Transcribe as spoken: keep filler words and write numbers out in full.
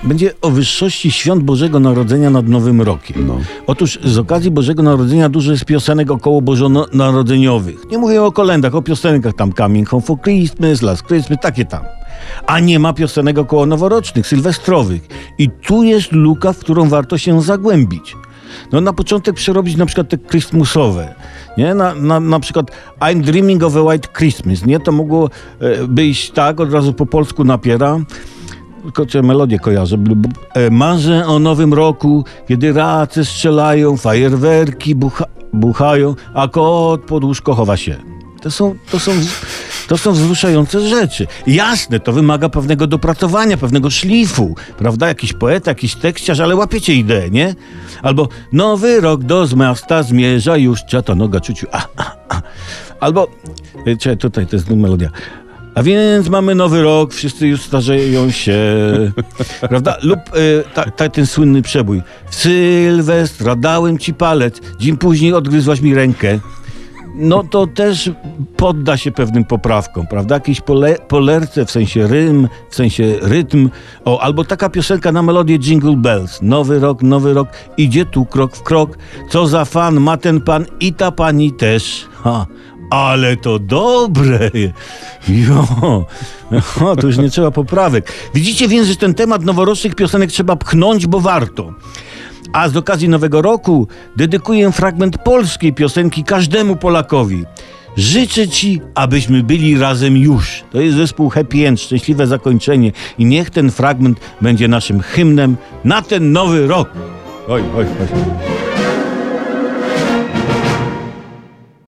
będzie o wyższości świąt Bożego Narodzenia nad Nowym Rokiem. No. Otóż z okazji Bożego Narodzenia dużo jest piosenek około bożonarodzeniowych. Nie mówię o kolendach, o piosenkach tam Coming Home for Christmas, Last Christmas, takie tam. A nie ma piosenek około noworocznych, sylwestrowych. I tu jest luka, w którą warto się zagłębić. No na początek przerobić na przykład te Christmasowe, nie? Na, na, na przykład I'm Dreaming of a White Christmas, nie? To mogło e, być tak, od razu po polsku napiera, tylko cię melodię kojarzę. E, marzę o nowym roku, kiedy race strzelają, fajerwerki bucha, buchają, a kot pod łóżko chowa się. To są, to są, to są wzruszające rzeczy. Jasne, to wymaga pewnego dopracowania, pewnego szlifu, prawda? Jakiś poeta, jakiś tekściarz, ale łapiecie ideę, nie? Albo nowy rok do z miasta zmierza już ciata noga ciuciu. A, a, a. Albo, czekaj, tutaj to jest melodia. A więc mamy nowy rok, wszyscy już starzeją się, prawda? Lub y, ta, ta, ten słynny przebój. W Sylwestra dałem ci palec, dzień później odgryzłaś mi rękę. No to też podda się pewnym poprawkom, prawda? Jakieś pole, polerce, w sensie rym, w sensie rytm. O, albo taka piosenka na melodię Jingle Bells. Nowy rok, nowy rok, idzie tu krok w krok. Co za fan ma ten pan i ta pani też. Ha, ale to dobre. Jo, o, to już nie trzeba poprawek. Widzicie więc, że ten temat noworocznych piosenek trzeba pchnąć, bo warto. A z okazji Nowego Roku dedykuję fragment polskiej piosenki każdemu Polakowi. Życzę ci, abyśmy byli razem już. To jest zespół Happy End, szczęśliwe zakończenie. I niech ten fragment będzie naszym hymnem na ten nowy rok. Oj, oj, oj.